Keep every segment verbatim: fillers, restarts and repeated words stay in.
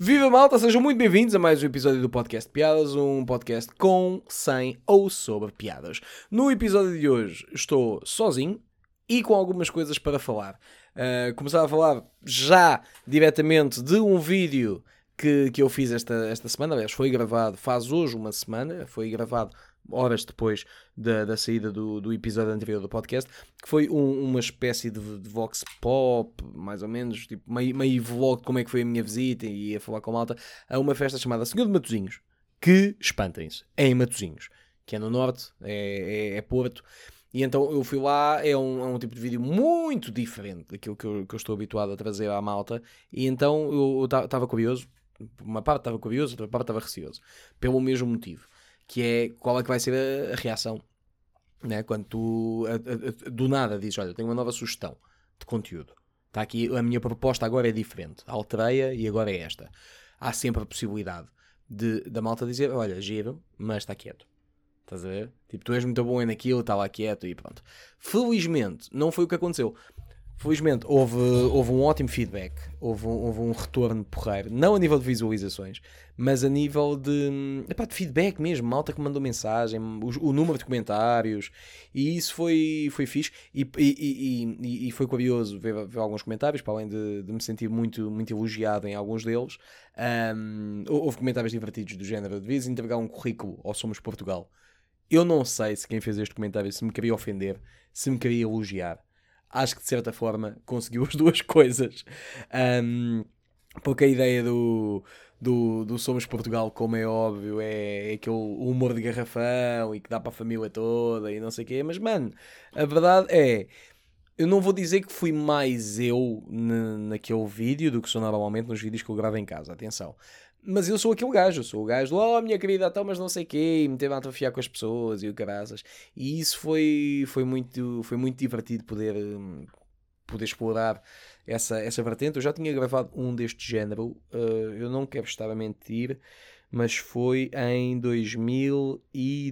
Viva malta, sejam muito bem-vindos a mais um episódio do Podcast Piadas, um podcast com, sem ou sobre piadas. No episódio de hoje estou sozinho e com algumas coisas para falar. Uh, começava a falar já diretamente de um vídeo que, que eu fiz esta, esta semana, aliás foi gravado faz hoje uma semana, foi gravado horas depois da, da saída do, do episódio anterior do podcast, que foi um, uma espécie de, de vox pop, mais ou menos, tipo, meio, meio vlog de como é que foi a minha visita e ia falar com a malta, a uma festa chamada Senhor de Matosinhos, que, espantem-se, é em Matosinhos, que é no norte, é, é, é Porto, e então eu fui lá, é um, é um tipo de vídeo muito diferente daquilo que eu, que eu estou habituado a trazer à malta, e então eu estava curioso, uma parte estava curioso, outra parte estava receoso, pelo mesmo motivo. Que é qual é que vai ser a, a reação, né? Quando tu a, a, a, do nada dizes, olha, tenho uma nova sugestão de conteúdo, está aqui, a minha proposta agora é diferente, alterei-a e agora é esta. Há sempre a possibilidade de, da malta dizer, olha, giro, mas está quieto, estás a ver? Tipo, tu és muito bom naquilo, está lá quieto e pronto. Felizmente não foi o que aconteceu. Felizmente houve, houve um ótimo feedback, houve um, houve um retorno porreiro, não a nível de visualizações, mas a nível de, epá, de feedback mesmo, malta que mandou mensagem, o, o número de comentários, e isso foi, foi fixe, e, e, e, e foi curioso ver, ver alguns comentários, para além de, de me sentir muito, muito elogiado em alguns deles. Um, houve comentários divertidos do género, devias entregar um currículo ao Somos Portugal. Eu não sei se quem fez este comentário se me queria ofender, se me queria elogiar. Acho que de certa forma conseguiu as duas coisas. Um, porque a ideia do, do, do Somos Portugal, como é óbvio, é, é aquele humor de garrafão e que dá para a família toda e não sei o quê. Mas, mano, a verdade é, eu não vou dizer que fui mais eu na, naquele vídeo do que sou normalmente nos vídeos que eu gravo em casa. Atenção. Mas eu sou aquele gajo, eu sou o gajo, oh minha querida, então, mas não sei o quê, e meter-me a atrofiar com as pessoas e o caraças. E isso foi, foi, muito, foi muito divertido poder, poder explorar essa, essa vertente. Eu já tinha gravado um deste género, uh, eu não quero estar a mentir, mas foi em dois mil e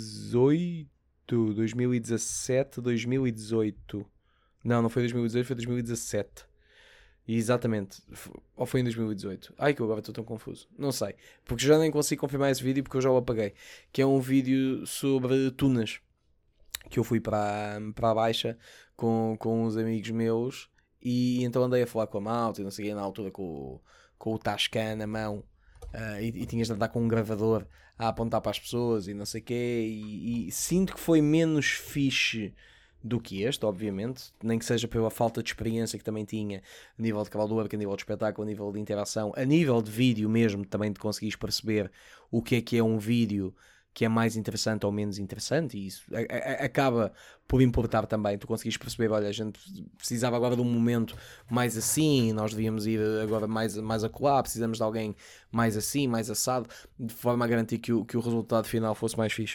dezoito, dois mil e dezassete, dois mil e dezoito. Não, não foi dois mil e dezoito, foi dois mil e dezassete. Exatamente, ou foi em dois mil e dezoito? Ai que eu agora estou tão confuso, não sei, porque já nem consigo confirmar esse vídeo porque eu já o apaguei, que é um vídeo sobre tunas, que eu fui para, para a Baixa com, com uns amigos meus e então andei a falar com a malta e não sei o quê, na altura com, o, com o Tascam na mão uh, e, e tinhas de andar com um gravador a apontar para as pessoas e não sei o quê, e, e sinto que foi menos fixe do que este, obviamente, nem que seja pela falta de experiência que também tinha a nível de cavalo do arco, a nível de espetáculo, a nível de interação, a nível de vídeo mesmo, também de conseguires perceber o que é que é um vídeo que é mais interessante ou menos interessante, e isso a, a, acaba por importar também, tu conseguires perceber, olha, a gente precisava agora de um momento mais assim, nós devíamos ir agora mais, mais acolá, precisamos de alguém mais assim, mais assado, de forma a garantir que o, que o resultado final fosse mais fixe.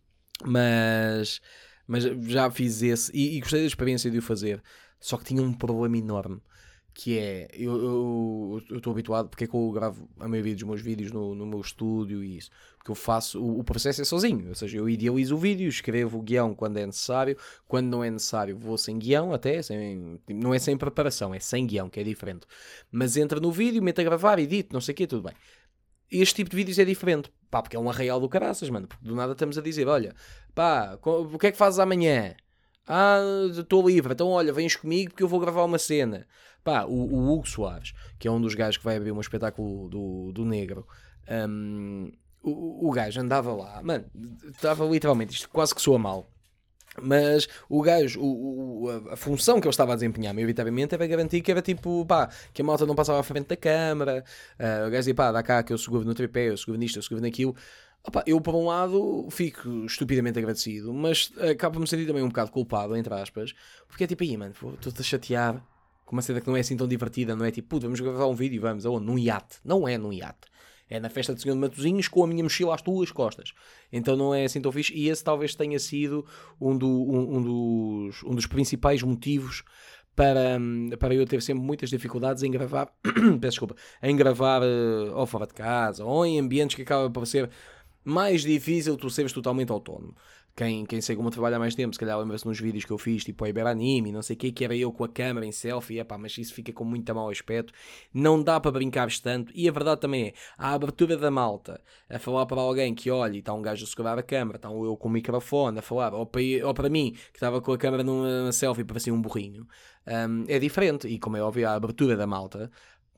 Mas... Mas já fiz esse e, e gostei da experiência de o fazer. Só que tinha um problema enorme. Que é, eu estou habituado, porque é que eu gravo a maioria dos meus vídeos no, no meu estúdio e isso. Porque eu faço, o, o processo é sozinho. Ou seja, eu idealizo o vídeo, escrevo o guião quando é necessário. Quando não é necessário, vou sem guião até. Sem, não é sem preparação, é sem guião, que é diferente. Mas entra no vídeo, meto a gravar, edito, não sei o quê, tudo bem. Este tipo de vídeos é diferente, pá, porque é um arraial do caraças, mano, porque do nada estamos a dizer, olha, pá, o que é que fazes amanhã? Ah, estou livre, então olha, vens comigo porque eu vou gravar uma cena. Pá, o, o Hugo Soares, que é um dos gajos que vai abrir um espetáculo do, do Negro, um, o, o gajo andava lá, mano, estava literalmente, isto quase que soa mal. Mas o gajo, o, o, a função que ele estava a desempenhar, maioritariamente, era garantir que era tipo, pá, que a malta não passava à frente da câmara, uh, o gajo dizia, pá, dá cá que eu seguro no tripé, eu seguro nisto, eu seguro naquilo. Opa, eu, por um lado, fico estupidamente agradecido, mas acabo por me sentir também um bocado culpado, entre aspas, porque é tipo, aí, mano, estou-te a chatear com uma cena que não é assim tão divertida, não é tipo, puto, vamos gravar um vídeo, vamos, aonde? Num iate. Não é num iate. É na festa de Senhor de Matosinhos com a minha mochila às tuas costas. Então não é assim tão fixe. E esse talvez tenha sido um, do, um, um, dos, um dos principais motivos para, para eu ter sempre muitas dificuldades em gravar, peço desculpa, em gravar uh, ou fora de casa, ou em ambientes que acaba por ser mais difícil tu seres totalmente autónomo. quem, quem segue o meu trabalho há mais tempo, se calhar lembra-se nos vídeos que eu fiz, tipo o Iberanime, não sei o que, que era eu com a câmera em selfie, epá, mas isso fica com muito mau aspecto, não dá para brincar tanto, e a verdade também é, a abertura da malta, a falar para alguém que olha e está um gajo a segurar a câmera, está eu com o microfone a falar, ou para, ou para mim, que estava com a câmera numa selfie, parecia um burrinho, um, é diferente, e como é óbvio, a abertura da malta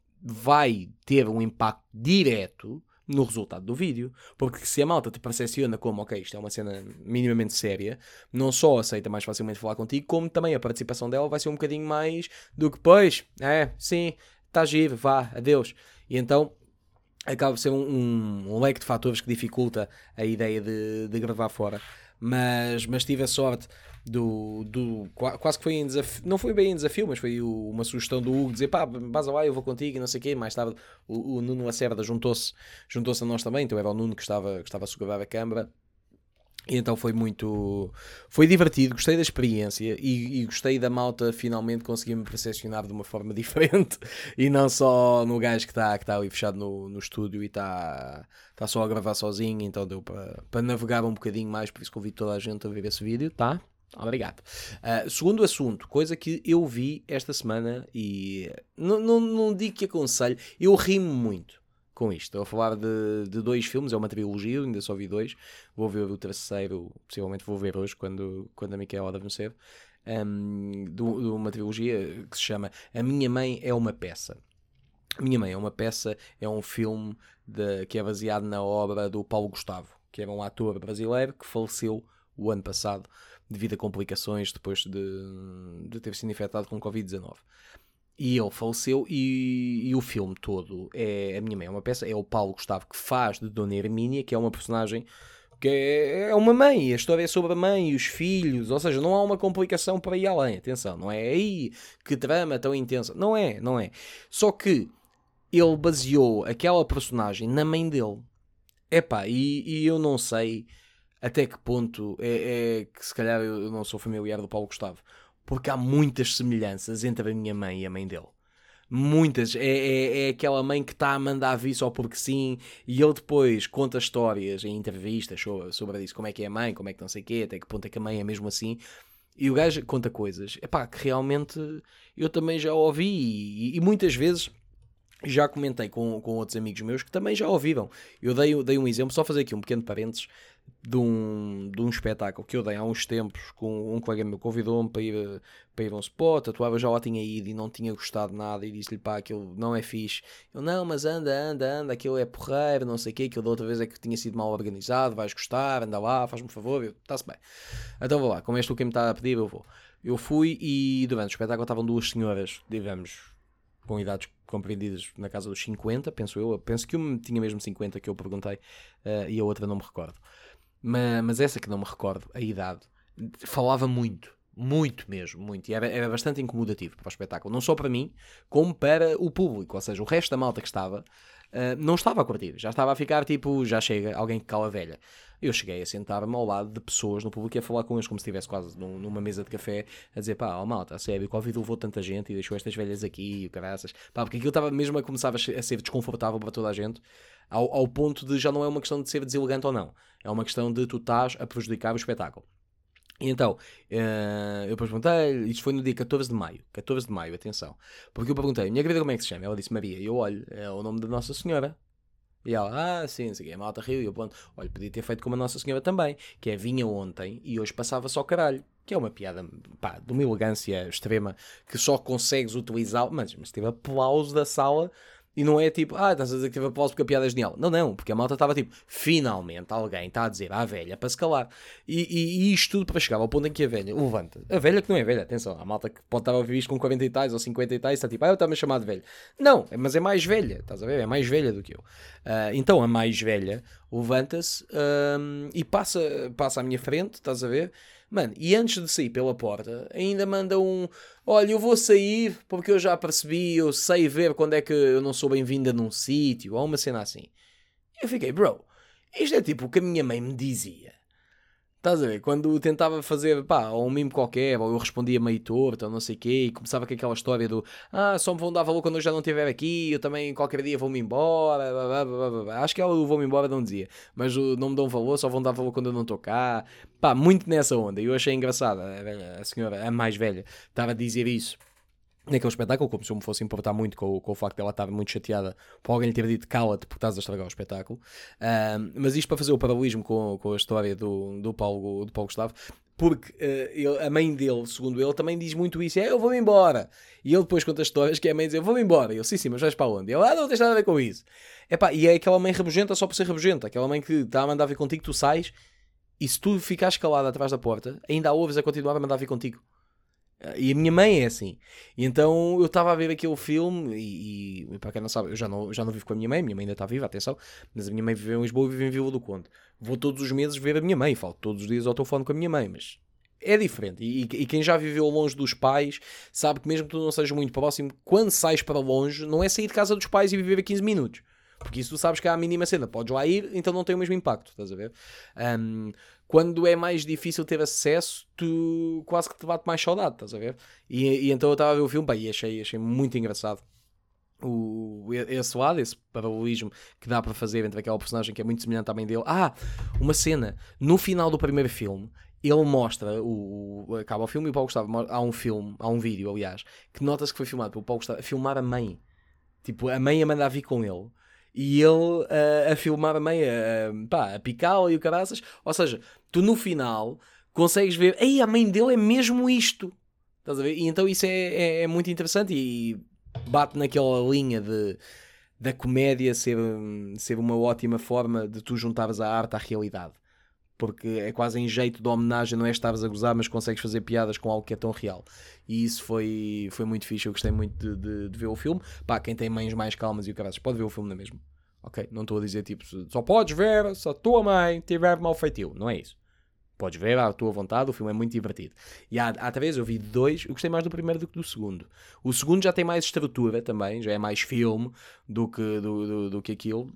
vai ter um impacto direto no resultado do vídeo, porque se a malta te percepciona como, ok, isto é uma cena minimamente séria, não só aceita mais facilmente falar contigo, como também a participação dela vai ser um bocadinho mais do que, pois, é, sim, está giro, vá, adeus. E então acaba por ser um, um, um leque de fatores que dificulta a ideia de, de gravar fora. Mas, mas tive a sorte do, do quase que foi em desafio, não foi bem em desafio, mas foi o, uma sugestão do Hugo dizer, pá, vas lá, eu vou contigo e não sei o quê. Mais tarde o, o Nuno Lacerda juntou-se juntou-se a nós também, então era o Nuno que estava, que estava a segurar a câmara. E então foi muito... Foi divertido, gostei da experiência e, e gostei da malta finalmente conseguir-me percepcionar de uma forma diferente e não só no gajo que está que tá ali fechado no, no estúdio e está tá só a gravar sozinho, então deu para pa navegar um bocadinho mais, por isso convido toda a gente a ver esse vídeo, tá? Obrigado. Uh, segundo assunto, coisa que eu vi esta semana e não, não, não digo que aconselho, eu rimo muito com isto. Estou a falar de, de dois filmes, é uma trilogia, ainda só vi dois. Vou ver o terceiro, possivelmente vou ver hoje, quando, quando a Micaela adormecer. Um, de, de uma trilogia que se chama A Minha Mãe é uma Peça. A Minha Mãe é uma Peça é um filme de, que é baseado na obra do Paulo Gustavo, que era um ator brasileiro que faleceu o ano passado devido a complicações depois de, de ter sido infectado com covid dezanove. E ele faleceu e, e o filme todo é A Minha Mãe é uma Peça, é o Paulo Gustavo que faz de Dona Hermínia, que é uma personagem que é, é uma mãe, a história é sobre a mãe e os filhos, ou seja, não há uma complicação para ir além, atenção, não é aí que trama tão intensa, não é, não é. Só que ele baseou aquela personagem na mãe dele. Epá, e, e eu não sei até que ponto é, é que se calhar eu não sou familiar do Paulo Gustavo. Porque há muitas semelhanças entre a minha mãe e a mãe dele. Muitas. É, é, é aquela mãe que está a mandar vir só porque sim. E ele depois conta histórias em entrevistas sobre, sobre isso. Como é que é a mãe, como é que não sei o quê, até que ponto é que a mãe é mesmo assim. E o gajo conta coisas. Epá, que realmente eu também já ouvi. E, e muitas vezes já comentei com, com outros amigos meus que também já ouviram. Eu dei, dei um exemplo, só fazer aqui um pequeno parênteses, de um, de um espetáculo que eu dei há uns tempos, com um colega meu convidou-me para ir, para ir a um spot, atuava, já lá tinha ido e não tinha gostado nada e disse-lhe, pá, aquilo não é fixe. Eu, não, mas anda, anda, anda, aquilo é porreiro, não sei o quê, aquilo da outra vez é que tinha sido mal organizado, vais gostar, anda lá, faz-me um favor, está-se bem. Então vou lá, como és tu quem me está a pedir, eu vou. Eu fui e durante o espetáculo estavam duas senhoras, digamos, com idades compreendidas na casa dos cinquenta, penso eu, penso que uma tinha mesmo cinquenta que eu perguntei uh, e a outra não me recordo. Mas, mas essa que não me recordo, a idade, falava muito, muito mesmo, muito, e era, era bastante incomodativo para o espetáculo, não só para mim, como para o público, ou seja, o resto da malta que estava, uh, não estava a curtir, já estava a ficar tipo, já chega, alguém que cala a velha. Eu cheguei a sentar-me ao lado de pessoas no público e a falar com eles como se estivesse quase num, numa mesa de café, a dizer, pá, ó malta, a sério, o Covid levou tanta gente e deixou estas velhas aqui, e caraças, pá, porque aquilo estava mesmo a começar a ser desconfortável para toda a gente, ao, ao ponto de já não é uma questão de ser deselegante ou não, é uma questão de tu estás a prejudicar o espetáculo. E então, uh, eu perguntei, isto foi no dia catorze de maio, catorze de maio, atenção, porque eu perguntei, minha querida, como é que se chama? Ela disse Maria, e eu olho, é o nome da Nossa Senhora. E ela, ah, sim, não sei o quê, a malta riu, e eu, pronto, olha, podia ter feito como a Nossa Senhora também, que é, vinha ontem e hoje passava só caralho, que é uma piada, pá, de uma elegância extrema, que só consegues utilizar, mas, mas teve aplauso da sala, e não é tipo, ah, estás a dizer que teve aplauso porque a piada é genial. Não, não, porque a malta estava tipo, finalmente alguém está a dizer à velha para se calar. E, e, e isto tudo para chegar ao ponto em que a velha levanta. A velha que não é velha, atenção, a malta que pode estar a ouvir isto com quarenta e tais ou cinquenta e tais, está tipo, ah, eu estava a chamar de velha. Não, mas é mais velha, estás a ver? É mais velha do que eu. Uh, então a mais velha levanta-se um, e passa, passa à minha frente, estás a ver? Mano, e antes de sair pela porta, ainda manda um, olha, eu vou sair porque eu já percebi, eu sei ver quando é que eu não sou bem-vinda num sítio, ou uma cena assim. Eu fiquei, bro, isto é tipo o que a minha mãe me dizia Estás a ver? Quando tentava fazer, pá, ou um mimo qualquer, ou eu respondia meio torto, ou não sei o quê, e começava com aquela história do ah, só me vão dar valor quando eu já não estiver aqui, eu também qualquer dia vou-me embora, blá, blá, blá, blá, blá. Acho que ela o vou-me embora não dizia, mas o não me dão valor, só vão dar valor quando eu não estou cá. Pá, muito nessa onda. E eu achei engraçado, a, velha, a senhora, a mais velha, estava a dizer isso naquele espetáculo, como se eu me fosse importar muito com, com o facto de ela estar muito chateada por alguém lhe ter dito cala-te porque estás a estragar o espetáculo. Um, mas isto para fazer o paralelismo com, com a história do, do, Paulo, do Paulo Gustavo, porque uh, ele, a mãe dele, segundo ele, também diz muito isso, é eu vou-me embora. E ele depois conta histórias que a mãe diz eu vou-me embora. E eu, sim, sim, mas vais para onde? E ele, ah, não tens nada a ver com isso. Epá, e é aquela mãe rabugenta só por ser rabugenta, aquela mãe que está a mandar vir contigo, tu sais, e se tu ficares calado atrás da porta, ainda a ouves a continuar a mandar vir contigo. E a minha mãe é assim. E então eu estava a ver aquele filme e, e para quem não sabe, eu já não, já não vivo com a minha mãe. A minha mãe ainda está viva, atenção. Mas a minha mãe vive em Lisboa e vive em Vila do Conde. Vou todos os meses ver a minha mãe. Falo todos os dias ao telefone com a minha mãe. Mas é diferente. E, e quem já viveu longe dos pais sabe que mesmo que tu não sejas muito próximo, quando sais para longe, não é sair de casa dos pais e viver a quinze minutos. Porque isso tu sabes que há a mínima cena. Podes lá ir, então não tem o mesmo impacto. Estás a ver? Um, quando é mais difícil ter acesso, tu quase que te bate mais saudade. Estás a ver? E, e então eu estava a ver o filme, bem, e achei, achei muito engraçado. O, esse lado, esse paralelismo que dá para fazer entre aquela personagem que é muito semelhante à mãe dele. Ah, uma cena. No final do primeiro filme, ele mostra, o, o, acaba o filme e o Paulo Gustavo, há um filme, há um vídeo, aliás, que nota-se que foi filmado pelo Paulo Gustavo a filmar a mãe. Tipo, a mãe a mandar vir com ele. E ele uh, a filmar a mãe a, pá, a picá-la e o caraças. Ou seja, tu no final consegues ver, ei, a mãe dele é mesmo isto. Estás a ver? E então isso é, é, é muito interessante e bate naquela linha de da comédia ser, ser uma ótima forma de tu juntares a arte à realidade. Porque é quase em jeito de homenagem, não é estares a gozar, mas consegues fazer piadas com algo que é tão real. E isso foi, foi muito fixe, eu gostei muito de, de, de ver o filme. Pá, quem tem mães mais calmas e o caralho, pode ver o filme na mesma. Ok? Não estou a dizer tipo, só podes ver se a tua mãe tiver mal feitio. Não é isso. Podes ver à tua vontade, o filme é muito divertido. E há, há três, eu vi dois, eu gostei mais do primeiro do que do segundo. O segundo já tem mais estrutura também, já é mais filme do que, do, do, do que aquilo.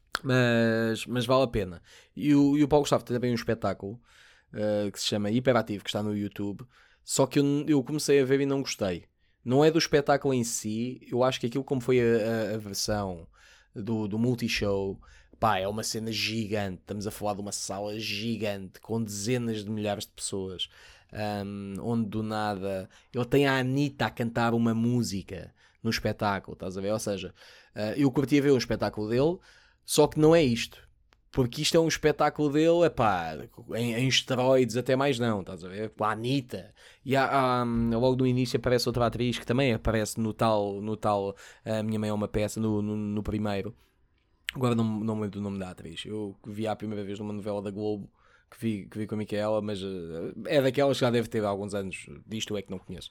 Mas, mas vale a pena. E o, e o Paulo Gustavo tem também um espetáculo uh, que se chama Hiperativo, que está no YouTube. Só que eu, eu comecei a ver e não gostei. Não é do espetáculo em si. Eu acho que aquilo como foi a, a, a versão do, do multishow, pá, é uma cena gigante. Estamos a falar de uma sala gigante com dezenas de milhares de pessoas. Um, onde do nada ele tem a Anitta a cantar uma música no espetáculo, estás a ver? Ou seja, uh, eu curti a ver um espetáculo dele. Só que não é isto. Porque isto é um espetáculo dele, epá, em, em esteroides até mais não, estás a ver? Com a Anitta. E há, há, logo no início aparece outra atriz que também aparece no tal, no tal A Minha Mãe é uma Peça, no, no, no primeiro. Agora não, não me lembro do nome da atriz. Eu vi a primeira vez numa novela da Globo, que vi, que vi com a Micaela, mas uh, é daquelas que já deve ter alguns anos, disto é que não conheço.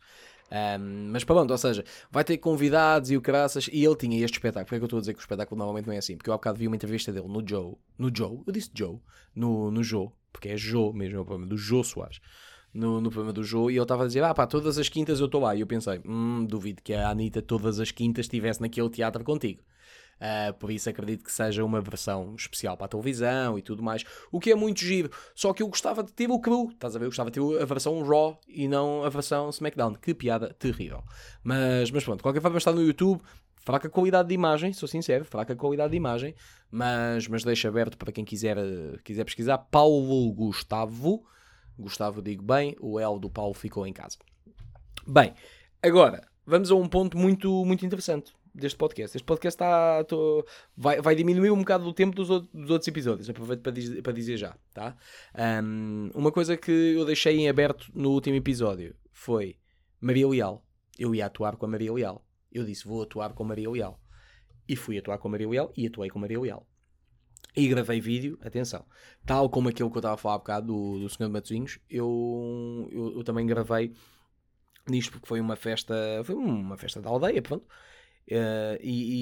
Um, mas pronto, ou seja, vai ter convidados e o caraças, e ele tinha este espetáculo. Porque é que eu estou a dizer que o espetáculo normalmente não é assim? Porque eu há bocado vi uma entrevista dele no Joe, no Joe, eu disse Joe, no, no Joe, porque é Joe mesmo, é o programa do Joe Soares, no, no programa do Joe, e ele estava a dizer, ah pá, todas as quintas eu estou lá, e eu pensei, hum, duvido que a Anitta todas as quintas estivesse naquele teatro contigo. Uh, por isso acredito que seja uma versão especial para a televisão e tudo mais, o que é muito giro. Só que eu gostava de ter o cru, estás a ver? Eu gostava de ter a versão Raw e não a versão SmackDown. Que piada terrível. Mas, mas pronto, de qualquer forma está no YouTube. Fraca qualidade de imagem, sou sincero, fraca qualidade de imagem, mas, mas deixa aberto para quem quiser, quiser pesquisar. Paulo Gustavo, Gustavo digo bem, o L do Paulo ficou em casa. Bem, agora vamos a um ponto muito, muito interessante deste podcast. Este podcast está, tô, vai, vai diminuir um bocado do tempo dos, outros, dos outros episódios. Aproveito para dizer, para dizer já, tá? Um, uma coisa que eu deixei em aberto no último episódio foi Maria Leal. Eu ia atuar com a Maria Leal. Eu disse, vou atuar com Maria Leal. E fui atuar com a Maria Leal e atuei com a Maria Leal. E gravei vídeo, atenção, tal como aquele que eu estava a falar há bocado do, do senhor Matosinhos, eu, eu, eu também gravei nisto porque foi uma festa, foi uma festa da aldeia, pronto. Uh,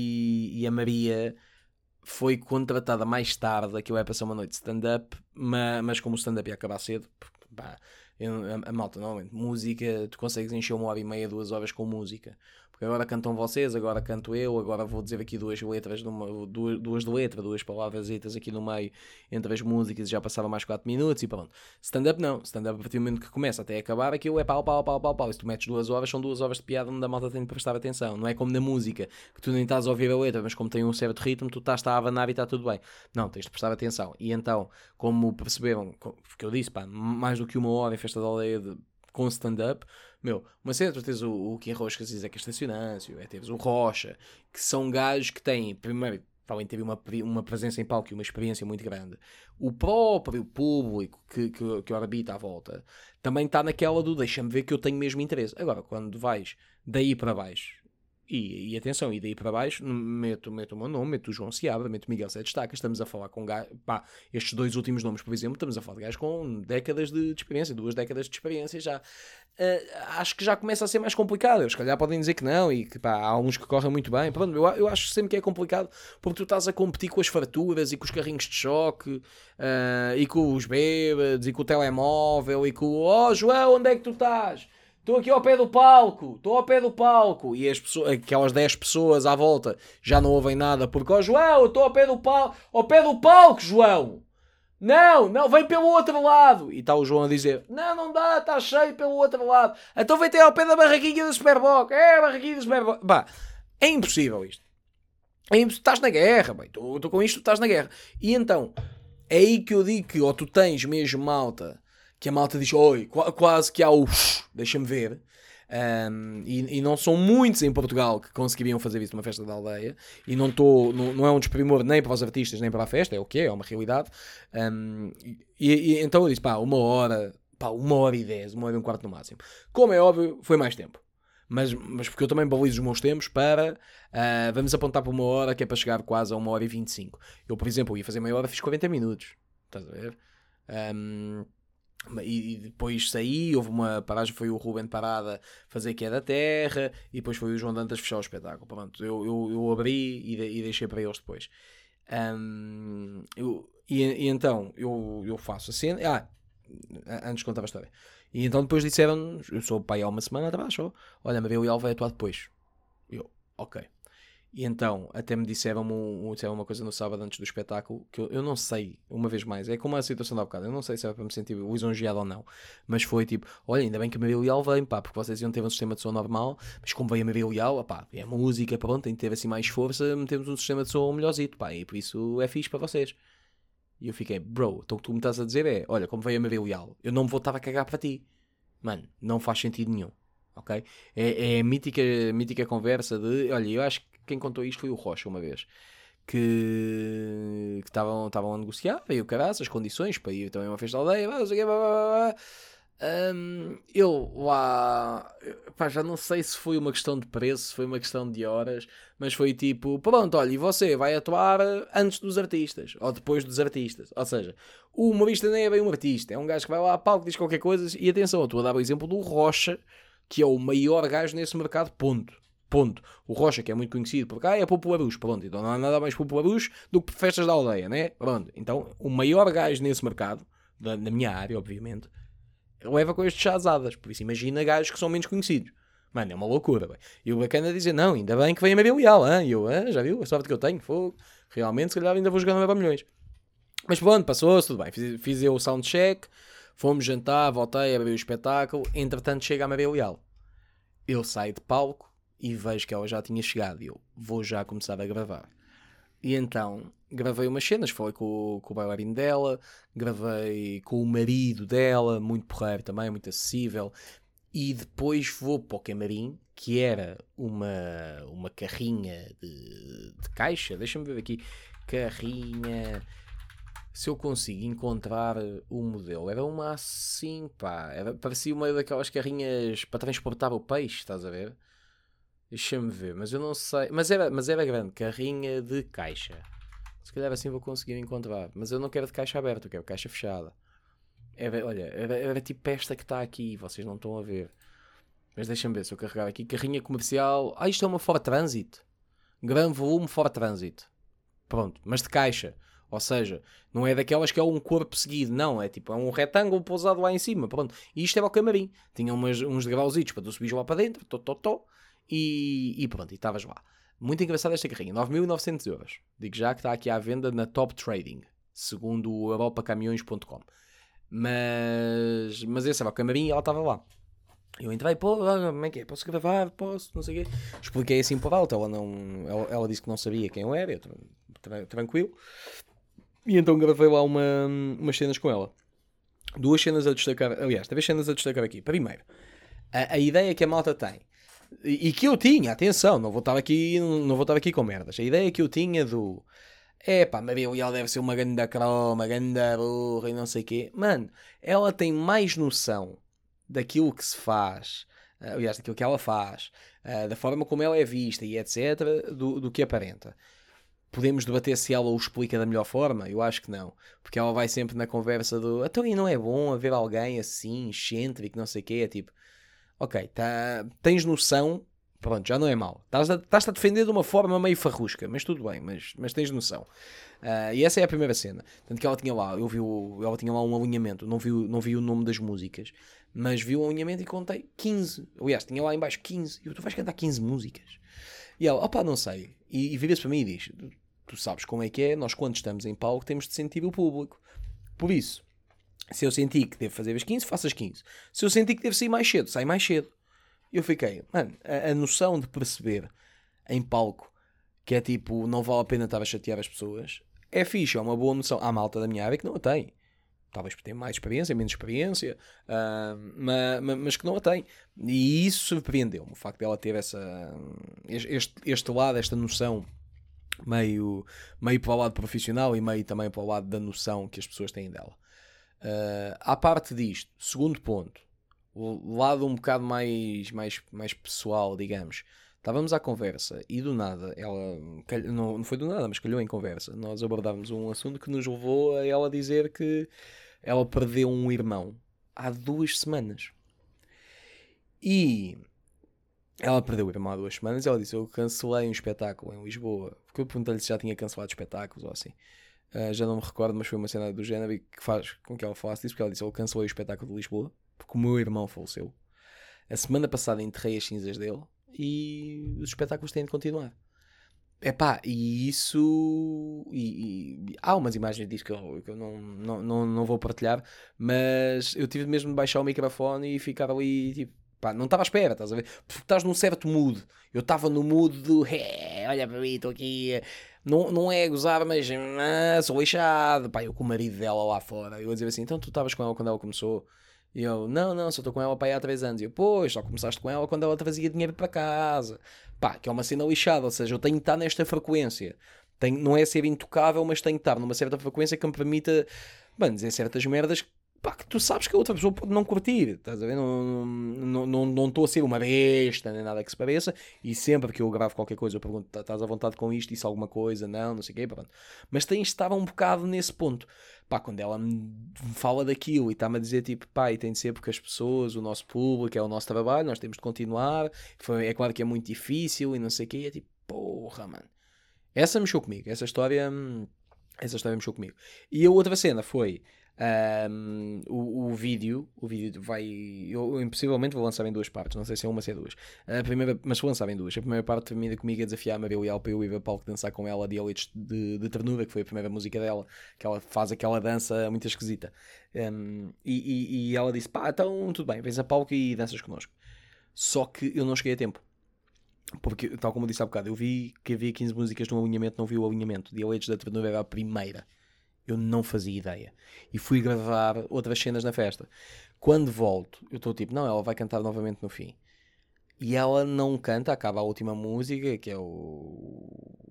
e, e, e a Maria foi contratada mais tarde, aquilo é para ser uma noite de stand-up, mas, mas como o stand-up ia acabar cedo, porque, pá, eu, a, a malta, normalmente, música, tu consegues encher uma hora e meia, duas horas com música, porque porque agora cantam vocês, agora canto eu, agora vou dizer aqui duas letras, numa, duas, duas de letra, duas palavras aqui no meio entre as músicas e já passava mais quatro minutos e pronto. Stand-up não, stand-up a partir do momento que começa até acabar, aquilo é pau, pau, pau, pau, pau. E se tu metes duas horas, são duas horas de piada onde a malta tem de prestar atenção. Não é como na música, que tu nem estás a ouvir a letra, mas como tem um certo ritmo, tu estás a abanar e está tudo bem. Não, tens de prestar atenção. E então, como perceberam, porque eu disse, pá, mais do que uma hora em Festa da Aldeia de, com stand-up, meu, uma cena, tu tens o, o Kim Roscas e Zeca Estacionâncio, é, tens o Rocha, que são gajos que têm, primeiro, além de ter uma, uma presença em palco e uma experiência muito grande, o próprio público que, que, que orbita à volta também está naquela do deixa-me ver que eu tenho mesmo interesse. Agora, quando vais daí para baixo, e, e atenção, e daí para baixo, meto, meto o meu nome, meto o João Seabra, meto o Miguel Sete Estacas, estamos a falar com gajos, pá, estes dois últimos nomes, por exemplo, estamos a falar de gajos com décadas de, de experiência, duas décadas de experiência já. Uh, acho que já começa a ser mais complicado. Eles, se calhar, podem dizer que não e que pá, há alguns que correm muito bem. Pronto, eu, eu acho sempre que é complicado porque tu estás a competir com as farturas e com os carrinhos de choque uh, e com os bêbados e com o telemóvel e com o oh João, onde é que tu estás? Estou aqui ao pé do palco, estou ao pé do palco. E as pessoas, aquelas dez pessoas à volta já não ouvem nada porque oh João, eu estou ao pé do palco, ao pé do palco, João. Não, não, vem pelo outro lado. E está o João a dizer, não, não dá, está cheio pelo outro lado. Então vem até ao pé da barraquinha do Superboc. É, a barraquinha do Superboc. Bah, é impossível isto. É impossível. Estás na guerra, bem. Tu, tu com isto, tu estás na guerra. E então, é aí que eu digo que, ou tu tens mesmo malta, que a malta diz, oi, qu- quase que há o, deixa-me ver. Um, e, e não são muitos em Portugal que conseguiriam fazer isso numa festa da aldeia e não, tô, não, não é um desprimor nem para os artistas nem para a festa, é o que é, é uma realidade. Um, e, e então eu disse, pá, uma hora pá, uma hora e dez, uma hora e um quarto no máximo, como é óbvio, foi mais tempo, mas, mas porque eu também balizo os meus tempos para uh, vamos apontar para uma hora que é para chegar quase a uma hora e vinte e cinco. Eu, por exemplo, ia fazer meia hora, fiz quarenta minutos, estás a ver? Um, E depois saí, houve uma paragem, foi o Ruben Parada fazer que é da terra, e depois foi o João Dantas fechar o espetáculo. Pronto, eu, eu, eu abri e, de, e deixei para eles depois. Um, eu, e, e então eu, eu faço a cena. Ah, antes de contar a história. E então depois disseram, eu sou o pai há uma semana atrás, só, olha, Maria Leal vai atuar depois. Eu, ok. E então, até me disseram, um, disseram uma coisa no sábado antes do espetáculo, que eu, eu não sei, uma vez mais, é como a situação da bocado, eu não sei se era para me sentir lisonjeado ou não, mas foi tipo, olha, ainda bem que a Maria Leal vem, pá, porque vocês iam ter um sistema de som normal, mas como veio a Maria Leal, pá, é música, pronto, tem que ter assim mais força, metemos um sistema de som melhorzito, pá, e por isso é fixe para vocês. E eu fiquei, bro, então o que tu me estás a dizer é, olha, como veio a Maria Leal, eu não me vou estar a cagar para ti. Mano, não faz sentido nenhum, ok? É, é a mítica, mítica conversa de, olha, eu acho que quem contou isto foi o Rocha uma vez, que estavam estavam a negociar, veio o caraças, as condições para ir também a uma festa da aldeia, blá, blá, blá, blá. Um, eu lá, pá, já não sei se foi uma questão de preço, se foi uma questão de horas, mas foi tipo, pronto, olha, e você vai atuar antes dos artistas, ou depois dos artistas, ou seja, o humorista nem é bem um artista, é um gajo que vai lá a palco, diz qualquer coisa, e atenção, eu estou a dar o exemplo do Rocha, que é o maior gajo nesse mercado, ponto. Ponto. O Rocha, que é muito conhecido porque ah, é popularucho, pronto, então não há nada mais popularucho do que festas da aldeia, né? Pronto, então o maior gajo nesse mercado, da, na minha área, obviamente, leva com estes chazadas, por isso imagina gajos que são menos conhecidos. Mano, é uma loucura, bem. E o bacana é dizer, não, ainda bem que vem a Maria Leal, hein? E eu, ah, já viu? A sorte que eu tenho, fogo. Realmente, se calhar ainda vou jogar no Leva Milhões. Mas pronto, passou-se, tudo bem. Fiz, fiz eu o soundcheck, fomos jantar, voltei, abri o espetáculo, entretanto chega a Maria Leal. Eu saio de palco e vejo que ela já tinha chegado e eu vou já começar a gravar. E então gravei umas cenas, falei com, com o bailarino dela, gravei com o marido dela, muito porreiro também, muito acessível, e depois vou para o camarim, que era uma, uma carrinha de, de caixa, deixa-me ver aqui, carrinha, se eu consigo encontrar o modelo, era uma assim, pá, era, parecia uma daquelas carrinhas para transportar o peixe, estás a ver? Deixa-me ver, mas eu não sei. Mas era, mas era grande, carrinha de caixa. Se calhar assim vou conseguir encontrar. Mas eu não quero de caixa aberta, eu quero caixa fechada. Era, olha, era, era tipo esta que está aqui, vocês não estão a ver. Mas deixa-me ver se eu carregar aqui. Carrinha comercial. Ah, isto é uma Ford Transit. Gran volume Ford Transit. Pronto, mas de caixa. Ou seja, não é daquelas que é um corpo seguido, não. É tipo, é um retângulo pousado lá em cima. Pronto. E isto era o camarim. Tinha umas, uns degrauzitos para tu subir lá para dentro. Tó, tó, tó. e, e pronto, e estavas lá. Muito engraçada esta carrinha, nove mil e novecentos euros. Digo já que está aqui à venda na Top Trading, segundo o europa caminhões ponto com. Mas, mas esse era o camarim e ela estava lá. Eu entrei, pô, como é que é? Posso gravar? Posso? Não sei o quê. Expliquei assim por alto, ela, não, ela, ela disse que não sabia quem eu era, eu tra- tranquilo. E então gravei lá uma, umas cenas com ela. Duas cenas a destacar, aliás, três cenas a destacar aqui. Primeiro, a, a ideia que a malta tem, e, e que eu tinha, atenção, não vou estar aqui, não vou estar aqui com merdas. A ideia que eu tinha do, é pá, Maria Leal deve ser uma ganda croma, ganda burra e não sei o quê. Mano, ela tem mais noção daquilo que se faz, aliás, daquilo que ela faz, da forma como ela é vista e etcétera, do, do que aparenta. Podemos debater se ela o explica da melhor forma? Eu acho que não. Porque ela vai sempre na conversa do então e não é bom haver alguém assim, excêntrico, não sei o quê. É tipo, ok, tá, tens noção, pronto, já não é mau. Estás-te a, estás-te a defender de uma forma meio farrusca, mas tudo bem, mas, mas tens noção. Uh, e essa é a primeira cena. Tanto que ela tinha lá, eu vi o, ela tinha lá um alinhamento, não vi, não vi o nome das músicas, mas vi o alinhamento e contei quinze. Aliás, tinha lá em baixo quinze. E eu, tu vais cantar quinze músicas? E ela, opá, não sei. E, e vira-se para mim e diz, tu sabes como é que é, nós quando estamos em palco temos de sentir o público. Por isso, se eu senti que devo fazer as quinze, faço as quinze. Se eu senti que devo sair mais cedo, sai mais cedo. E eu fiquei, mano, a, a noção de perceber em palco que é tipo, não vale a pena estar a chatear as pessoas, é fixe, é uma boa noção. Há malta da minha área que não a tem. Talvez porque tem mais experiência, menos experiência, uh, mas, mas que não a tem. E isso surpreendeu-me, o facto dela ter essa, este, este lado, esta noção, meio, meio para o lado profissional e meio também para o lado da noção que as pessoas têm dela. Uh, à parte disto, segundo ponto, o lado um bocado mais, mais, mais pessoal, digamos. Estávamos à conversa e do nada, ela, não, não foi do nada, mas calhou em conversa, nós abordávamos um assunto que nos levou a ela dizer que ela perdeu um irmão há duas semanas. E ela perdeu o irmão há duas semanas e ela disse, eu cancelei um espetáculo em Lisboa. Porque eu perguntei-lhe se já tinha cancelado espetáculos ou assim. Uh, já não me recordo, mas foi uma cena do género e que faz com que ela falasse disso, porque ela disse, eu cancelei o espetáculo de Lisboa, porque o meu irmão faleceu. A semana passada enterrei as cinzas dele e os espetáculos têm de continuar. Epá, e isso... E, e, há umas imagens disso que eu, que eu não, não, não, não vou partilhar, mas eu tive mesmo de baixar o microfone e ficar ali, tipo, pá, não estava à espera, estás a ver? Porque estás num certo mood. Eu estava no mood do, hey, olha para mim, estou aqui... Não, não é gozar, mas ah, sou lixado. Pá, eu com o marido dela lá fora. Eu ia dizer assim, então tu estavas com ela quando ela começou? E eu, não, não, só estou com ela para aí há três anos. E eu, pois, só começaste com ela quando ela trazia dinheiro para casa. Pá, que é uma cena lixada, ou seja, eu tenho que estar nesta frequência. Tenho, não é ser intocável, mas tenho que estar numa certa frequência que me permita, bem, dizer certas merdas, pá, que tu sabes que a outra pessoa pode não curtir, estás a ver? Não estou não, não, não, não a ser uma besta, nem nada que se pareça, e sempre que eu gravo qualquer coisa eu pergunto, estás à vontade com isto, isso alguma coisa? Não, não sei o quê, pronto. Mas tens de estar um bocado nesse ponto. Pá, quando ela me fala daquilo e está-me a dizer, tipo, pá, e tem de ser porque as pessoas, o nosso público, é o nosso trabalho, nós temos de continuar, foi, é claro que é muito difícil e não sei o quê, e é tipo, porra, mano. Essa mexeu comigo, essa história, essa história mexeu comigo. E a outra cena foi... Um, o, o vídeo o vídeo vai eu, eu possivelmente vou lançar em duas partes, não sei se é uma ou se é duas, a primeira, mas vou lançar em duas. A primeira parte termina comigo a desafiar a Maria Leal para eu ir a palco dançar com ela Dialetos de, de Ternura, que foi a primeira música dela, que ela faz aquela dança muito esquisita, um, e, e, e ela disse, pá, então tudo bem, vens a palco e danças connosco. Só que eu não cheguei a tempo, porque tal como eu disse há bocado, eu vi que havia quinze músicas no alinhamento, não vi o alinhamento. Dialetos da Ternura era a primeira. Eu não fazia ideia. E fui gravar outras cenas na festa. Quando volto, eu estou tipo, não, ela vai cantar novamente no fim. E ela não canta, acaba a última música, que é o...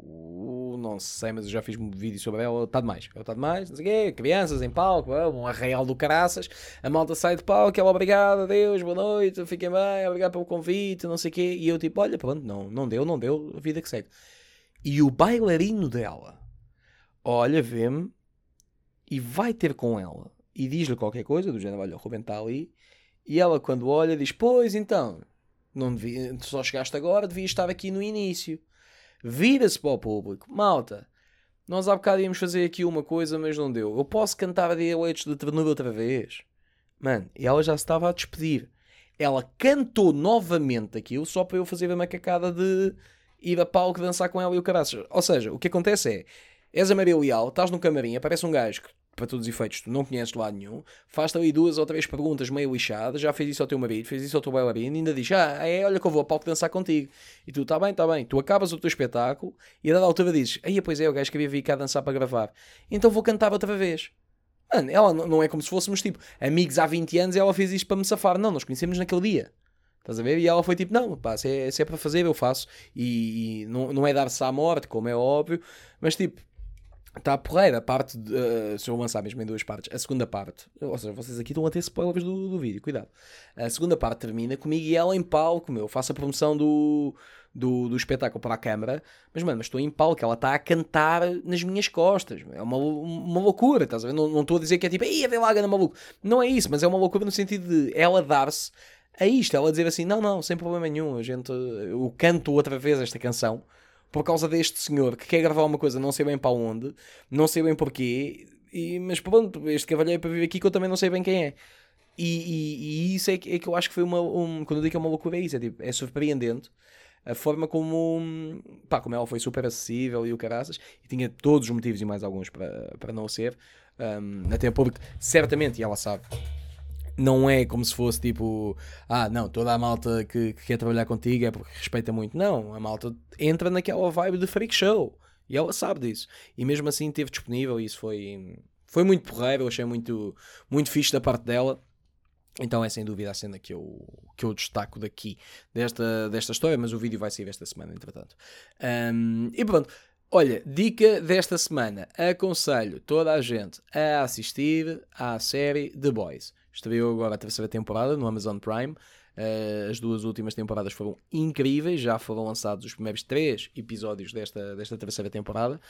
o não sei, mas eu já fiz um vídeo sobre ela. Está demais. Ela está demais, não sei o quê. Crianças em palco, um arraial do caraças. A malta sai de palco, ela, obrigado, adeus, boa noite, fiquem bem, obrigado pelo convite, não sei o quê. E eu tipo, olha, pronto, não, não deu, não deu, a vida que segue. E o bailarino dela, olha, vê-me, e vai ter com ela e diz-lhe qualquer coisa, do género, olha, o Ruben está ali, e ela quando olha diz, pois então, não devia, só chegaste agora, devias estar aqui no início. Vira-se para o público, malta, nós há bocado íamos fazer aqui uma coisa, mas não deu, eu posso cantar a Dialetos de Ternura outra vez? Mano, e ela já se estava a despedir. ela cantou novamente aquilo só para eu fazer a macacada de ir a palco dançar com ela e o caraças. Ou seja, o que acontece é, és a Maria Leal, estás no camarim, aparece um gajo que, para todos os efeitos, tu não conheces de lado nenhum, faz-te ali duas ou três perguntas meio lixadas, já fez isso ao teu marido, fez isso ao teu bailarino, e ainda diz, ah, é, olha que eu vou a palco dançar contigo. E tu, tá bem, tá bem. Tu acabas o teu espetáculo e a dada altura dizes, aí, pois é, o gajo queria vir cá dançar para gravar. Então vou cantar outra vez. Mano, ela não é como se fôssemos, tipo, amigos há vinte anos e ela fez isto para me safar. Não, nós conhecemos naquele dia. Estás a ver? E ela foi tipo, não, pá, se é, se é para fazer, eu faço. E, e não, não é dar-se à morte, como é óbvio, mas tipo, está a porreira. A parte, de, uh, se eu lançar mesmo em duas partes, a segunda parte, ou seja, vocês aqui estão a ter spoilers do, do vídeo, cuidado. A segunda parte termina comigo e ela em palco, meu, eu faço a promoção do, do, do espetáculo para a câmara, mas mano, mas estou em palco, ela está a cantar nas minhas costas, é uma, uma loucura, estás a ver? Não, não estou a dizer que é tipo, ia vem lá, gana maluco. Não é isso, mas é uma loucura no sentido de ela dar-se a isto, ela dizer assim, não, não, sem problema nenhum, a gente, eu canto outra vez esta canção, por causa deste senhor que quer gravar uma coisa, não sei bem para onde, não sei bem porquê, e, mas pronto, este cavalheiro para vir aqui que eu também não sei bem quem é. E, e, e isso é que, é que eu acho que foi uma, um, quando eu digo que é uma loucura, é isso, é, tipo, é surpreendente a forma como, pá, como ela foi super acessível e o caraças, e tinha todos os motivos e mais alguns para, para não o ser, um, até porque, certamente, e ela sabe, não é como se fosse tipo, ah, não, toda a malta que, que quer trabalhar contigo é porque respeita muito. Não, a malta entra naquela vibe de freak show e ela sabe disso. E mesmo assim esteve disponível e isso foi, foi muito porreiro, eu achei muito, muito fixe da parte dela. Então é sem dúvida a cena que eu, que eu destaco daqui, desta, desta história, mas o vídeo vai sair esta semana, entretanto. Um, e pronto. Olha, dica desta semana, aconselho toda a gente a assistir à série The Boys. Estreou agora a terceira temporada no Amazon Prime. Uh, as duas últimas temporadas foram incríveis. Já foram lançados os primeiros três episódios desta, desta terceira temporada.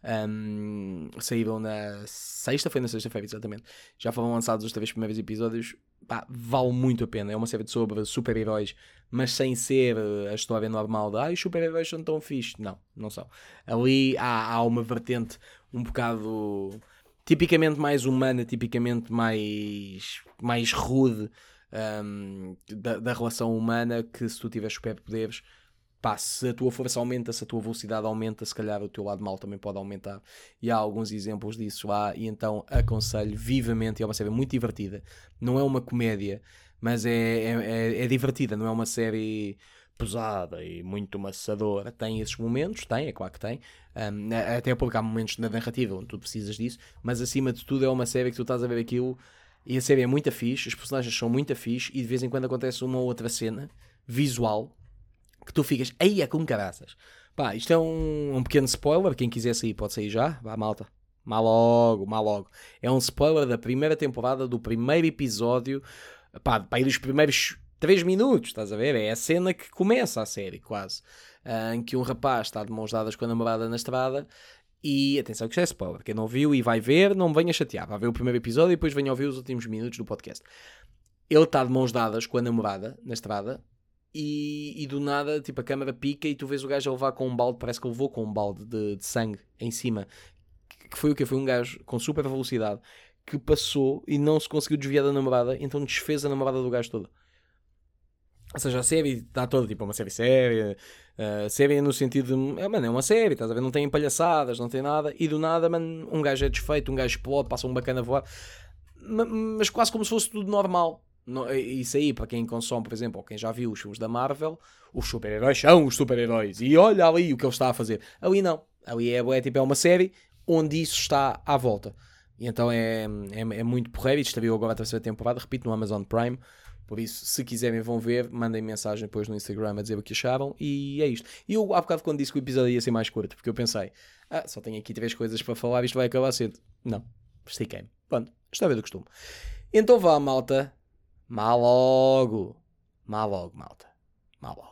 Um, saíram na sexta, foi na sexta-feira exatamente. Já foram lançados os três primeiros episódios. Pá, vale muito a pena. É uma série sobre super-heróis, mas sem ser a história normal de ah, os super-heróis são tão fixe. Não, não são. Ali há, há uma vertente um bocado tipicamente mais humana, tipicamente mais, mais rude um, da, da relação humana, que se tu tiveres superpoderes, pá, se a tua força aumenta, se a tua velocidade aumenta, se calhar o teu lado mal também pode aumentar. E há alguns exemplos disso lá, e então aconselho vivamente. É uma série muito divertida. Não é uma comédia, mas é, é, é divertida. Não é uma série pesada e muito maçadora. Tem esses momentos, tem, é claro que tem. Um, até porque há momentos na narrativa onde tu precisas disso, mas acima de tudo é uma série que tu estás a ver aquilo e a série é muito fixe, os personagens são muito fixe e de vez em quando acontece uma ou outra cena visual que tu ficas, aí é com caraças. Pá, isto é um, um pequeno spoiler, quem quiser sair pode sair já, vá malta, mal logo, mal logo. É um spoiler da primeira temporada, do primeiro episódio, pá, pá, dos primeiros três minutos, estás a ver? É a cena que começa a série, quase. Uh, em que um rapaz está de mãos dadas com a namorada na estrada e, atenção que já é spoiler, quem não viu e vai ver, não me venha chatear, vai ver o primeiro episódio e depois venha ouvir os últimos minutos do podcast. Ele está de mãos dadas com a namorada na estrada e, e do nada, tipo, a câmera pica e tu vês o gajo a levar com um balde, parece que levou com um balde de, de sangue em cima, que foi o que? Foi um gajo com super velocidade que passou e não se conseguiu desviar da namorada, então desfez a namorada do gajo toda. Ou seja, a série está toda tipo uma série séria, uh, série no sentido de, é, mano, é uma série, estás a ver? Não tem palhaçadas, não tem nada, e do nada, mano, um gajo é desfeito, um gajo explode, passa um bacana a voar, mas quase como se fosse tudo normal. Isso aí, para quem consome, por exemplo, ou quem já viu os filmes da Marvel, os super-heróis são os super-heróis, e olha ali o que ele está a fazer. Ali não, ali é, é, tipo, é uma série onde isso está à volta. E então é, é, é muito porreiro, e estreou agora a terceira temporada, repito, no Amazon Prime. Por isso, se quiserem vão ver, mandem mensagem depois no Instagram a dizer o que acharam e é isto. E eu há bocado quando disse que o episódio ia ser mais curto, porque eu pensei, ah, só tenho aqui três coisas para falar, isto vai acabar cedo. Não, estiquei-me. Pronto, história do costume. Então vá, malta. Mal logo. Mal logo, malta. Mal logo.